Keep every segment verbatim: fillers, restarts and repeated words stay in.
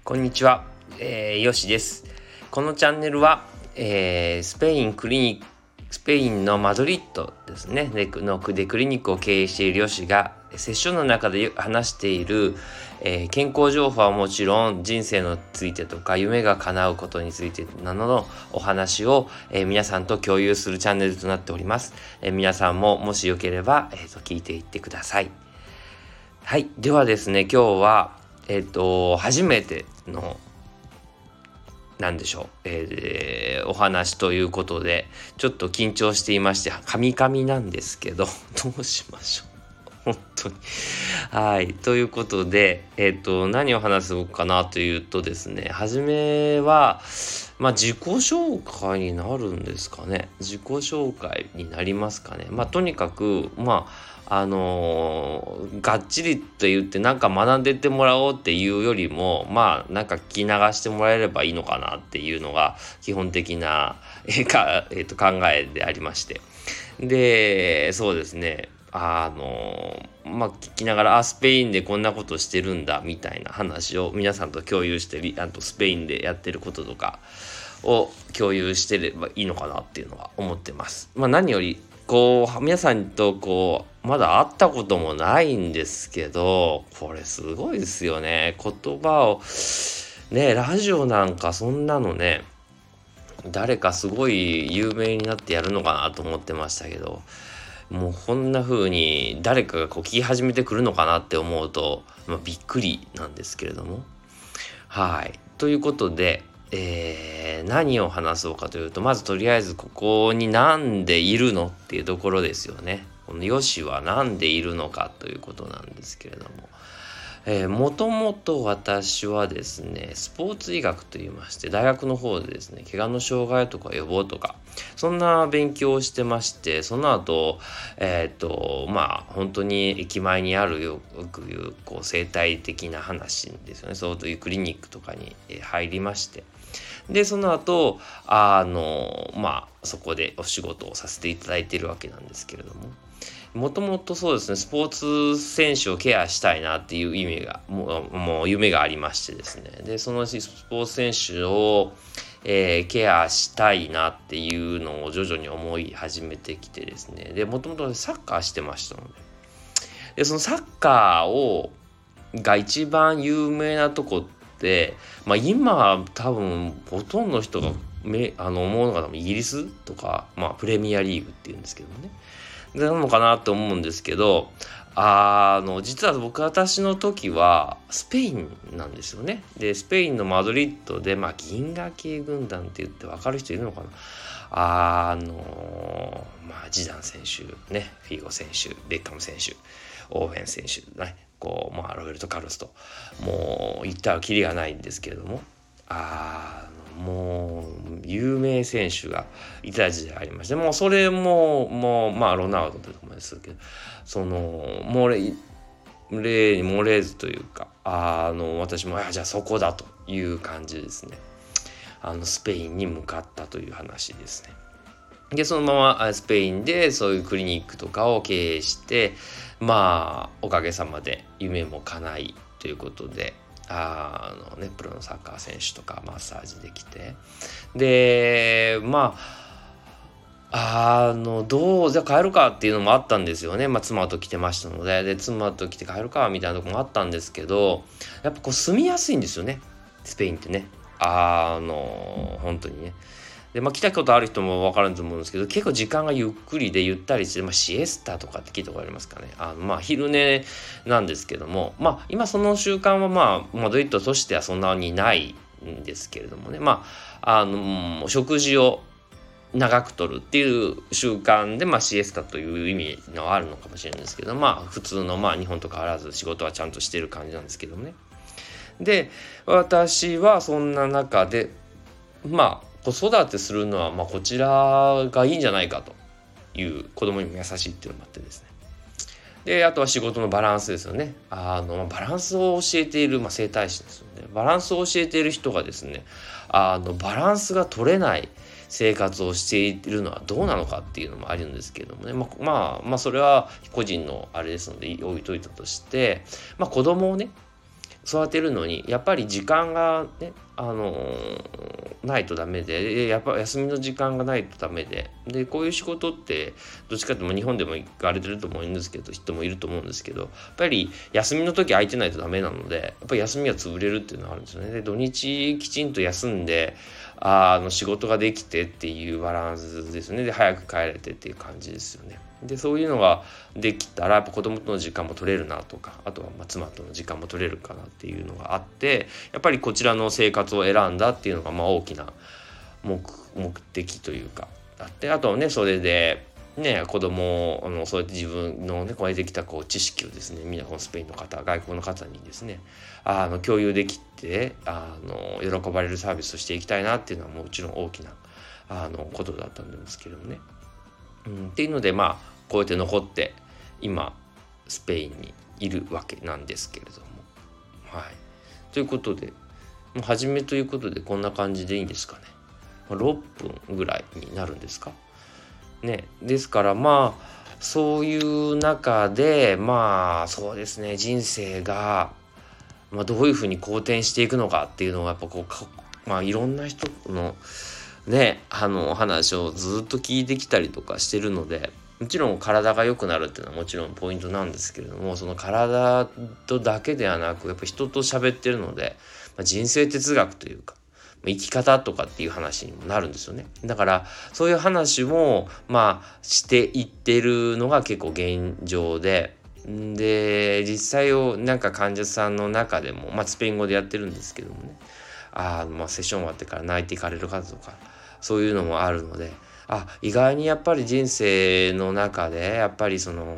こんにちは、えー、よしです。このチャンネルは、えー、スペインクリニックスペインのマドリッドですねでのでクリニックを経営しているよしがセッションの中で話している、えー、健康情報はもちろん人生についてとか夢が叶うことについてなどのお話を、えー、皆さんと共有するチャンネルとなっております。えー、皆さんももしよければ、えー、と聞いていってください。はい、ではですね今日はえっ、ー、と初めてのなんでしょう、えー、お話ということでちょっと緊張していましてカミカミなんですけどどうしましょう本当にはいということでえっ、ー、と何を話そうかなというとですね初めはまあ自己紹介になるんですかね自己紹介になりますかねまあとにかくまああのー、がっちりと言ってなんか学んでってもらおうっていうよりもまあなんか聞き流してもらえればいいのかなっていうのが基本的な、えーかえー、と考えでありましてでそうですねあのー、まあ聞きながらあスペインでこんなことしてるんだみたいな話を皆さんと共有してあとスペインでやってることとかを共有してればいいのかなっていうのは思ってます。まあ何よりこう皆さんとこうまだ会ったこともないんですけどこれすごいですよね。言葉をねラジオなんかそんなのね誰かすごい有名になってやるのかなと思ってましたけどもうこんな風に誰かがこう聞き始めてくるのかなって思うと、まあ、びっくりなんですけれどもはいということでえー、何を話そうかというとまずとりあえずここになんでいるのっていうところですよね。このよしはなんでいるのかということなんですけれども、えー、もともと私はですねスポーツ医学といいまして大学の方でですね怪我の障害とか予防とかそんな勉強をしてましてその後えっ、ー、とまあ本当に駅前にあるよくいうこう生態的な話ですよねそういうクリニックとかに入りましてでその後あのまあそこでお仕事をさせていただいているわけなんですけれどももともとそうですねスポーツ選手をケアしたいなっていう意味がもう、もう夢がありましてですねでそのスポーツ選手を、えー、ケアしたいなっていうのを徐々に思い始めてきてですねでもともとサッカーしてましたのででそのサッカーをが一番有名なとこで、まあ、今多分ほとんどの人がめあの思うのがイギリスとか、まあ、プレミアリーグっていうんですけどもねなのかなと思うんですけどあの実は僕私の時はスペインなんですよね。でスペインのマドリッドで、まあ、銀河系軍団って言って分かる人いるのかなあのまあジダン選手ねフィーゴ選手ベッカム選手オーウェン選手ねこうまあロベルト・カルロスともう言ったらキリがないんですけれどもあもう有名選手がいた時代ありましてもうそれももうまあロナウドというところですけどその漏れ例に漏れずというかあの私もあじゃあそこだという感じですねあのスペインに向かったという話ですね。でそのままスペインでそういうクリニックとかを経営してまあおかげさまで夢も叶いということであのねプロのサッカー選手とかマッサージできてでまああのどうじゃあ帰るかっていうのもあったんですよね。まあ妻と来てましたのでで妻と来て帰るかみたいなとこもあったんですけどやっぱこう住みやすいんですよねスペインってねあの本当にねで、まあ、来たことある人も分かると思うんですけど結構時間がゆっくりでゆったりして、まあ、シエスタとかって聞いたことありますかねあのまあ昼寝なんですけどもまあ今その習慣はまあマドリッドとしてはそんなにないんですけれどもねまああの食事を長く取るっていう習慣で、まあ、シエスタという意味のあるのかもしれないんですけどまあ普通のまあ日本と変わらず仕事はちゃんとしてる感じなんですけどもねで私はそんな中でまあ子育てするのはまあこちらがいいんじゃないかという子供にも優しいっていうのもあってですねであとは仕事のバランスですよねあのバランスを教えている、まあ、整体師ですよねバランスを教えている人がですねあのバランスが取れない生活をしているのはどうなのかっていうのもあるんですけれどもね、まあ、まあまあそれは個人のあれですので置いといたとして、まあ、子供をね育てるのにやっぱり時間がね、あのー、ないとダメで、やっぱ休みの時間がないとダメで、でこういう仕事ってどっちかというと日本でも行かれてると思うんですけど、人もいると思うんですけど、やっぱり休みの時空いてないとダメなので、やっぱり休みは潰れるっていうのがあるんですよね。で土日きちんと休んでああの仕事ができてっていうバランスですね。で早く帰れてっていう感じですよね。でそういうのができたらやっぱ子供との時間も取れるなとか、あとはまあ妻との時間も取れるかなっていうのがあって、やっぱりこちらの生活を選んだっていうのがまあ大きな 目, 目的というかあって、あとはねそれでね子供をあのそうやって自分のね超えてきたこう知識をですね、みんなこのスペインの方外国の方にですねあの共有できてあの喜ばれるサービスをしていきたいなっていうのはもちろん大きなあのことだったんですけどもね。うん、っていうのでまあこうやって残って今スペインにいるわけなんですけれども、はい。ということでもう初めということでこんな感じでいいんですかね。ろっぷんぐらいになるんですかね。ですからまあそういう中でまあそうですね、人生が、まあ、どういうふうに好転していくのかっていうのがやっぱこうまあいろんな人のねあの話をずっと聞いてきたりとかしてるので、もちろん体が良くなるっていうのはもちろんポイントなんですけれども、その体とだけではなくやっぱ人と喋ってるので、まあ、人生哲学というか生き方とかっていう話にもなるんですよね。だからそういう話もまあしていってるのが結構現状で、で実際をなんか患者さんの中でも、まあ、スペイン語でやってるんですけどもね、あまあセッション終わってから泣いていかれる方とかそういうのもあるので、あ意外にやっぱり人生の中でやっぱりその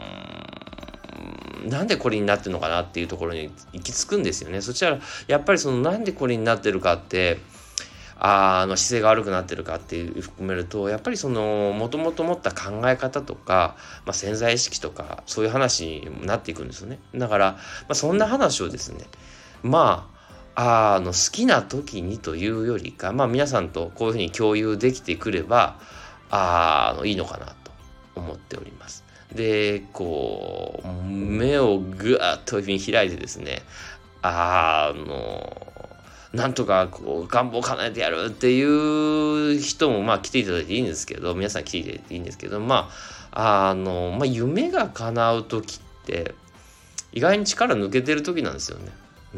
なんでこれになってるのかなっていうところに行き着くんですよね。そしたらやっぱりそのなんでこれになってるかって、ああの姿勢が悪くなってるかっていう含めると、やっぱりそのもともと持った考え方とか、まあ、潜在意識とかそういう話になっていくんですよね。だから、まあ、そんな話をですね、まああの好きな時にというよりか、まあ皆さんとこういうふうに共有できてくればあのいいのかなと思っております。でこう目をぐわっと開いてですね、あのなんとかこう願望を叶えてやるっていう人もまあ来ていただいていいんですけど、皆さん来ていただいていいんですけど、まああの、まあ、夢が叶う時って意外に力抜けてる時なんですよね。うん、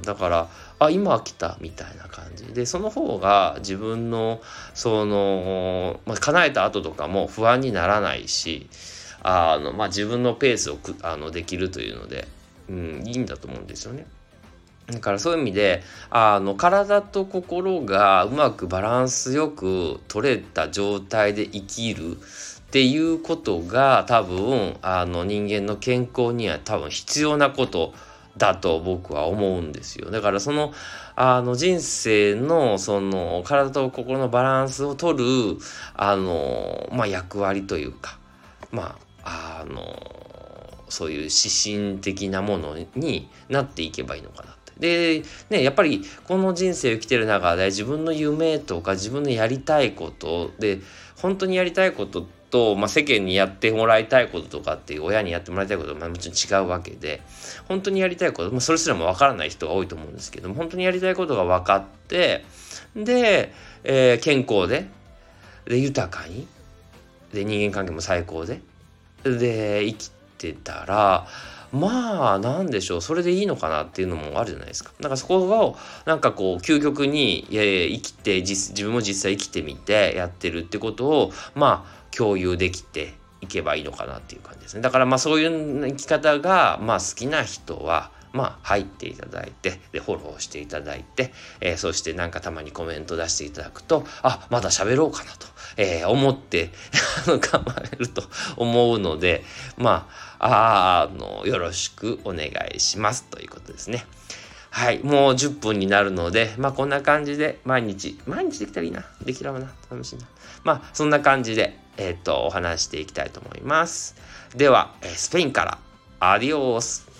だからあ今来たみたいな感じで、その方が自分のその、まあ、叶えた後とかも不安にならないし、あの、まあ、自分のペースをくあのできるというので、うん、いいんだと思うんですよね。だからそういう意味であの体と心がうまくバランスよく取れた状態で生きるっていうことが多分あの人間の健康には多分必要なことだと僕は思うんですよ。だからそのあの人生のその体と心のバランスを取るあのまあ役割というか、まああのそういう指針的なものになっていけばいいのかなって。でね、やっぱりこの人生を生きてる中で自分の夢とか自分のやりたいことで、本当にやりたいことと、まあ、世間にやってもらいたいこととかっていう親にやってもらいたいことはまあもちろん違うわけで、本当にやりたいこと、まあ、それすらも分からない人が多いと思うんですけども、本当にやりたいことが分かってで、えー、健康でで豊かにで人間関係も最高でで生きてたら、まあなんでしょう、それでいいのかなっていうのもあるじゃないですか。だからそこをなんかこう究極にいやいや生きて自分も実際生きてみてやってるってことをまあ共有できていけばいいのかなっていう感じですね。だからまあそういう生き方がまあ好きな人はまあ入っていただいてでフォローしていただいて、えー、そしてなんかたまにコメント出していただくと、あまだ喋ろうかなと、えー、思って頑張れると思うので、まああのよろしくお願いしますということですね。はい、もうじゅっぷんになるので、まあこんな感じで毎日毎日できたらいいな、できればな、楽しいな。まあそんな感じでえっとお話していきたいと思います。ではスペインからアディオース。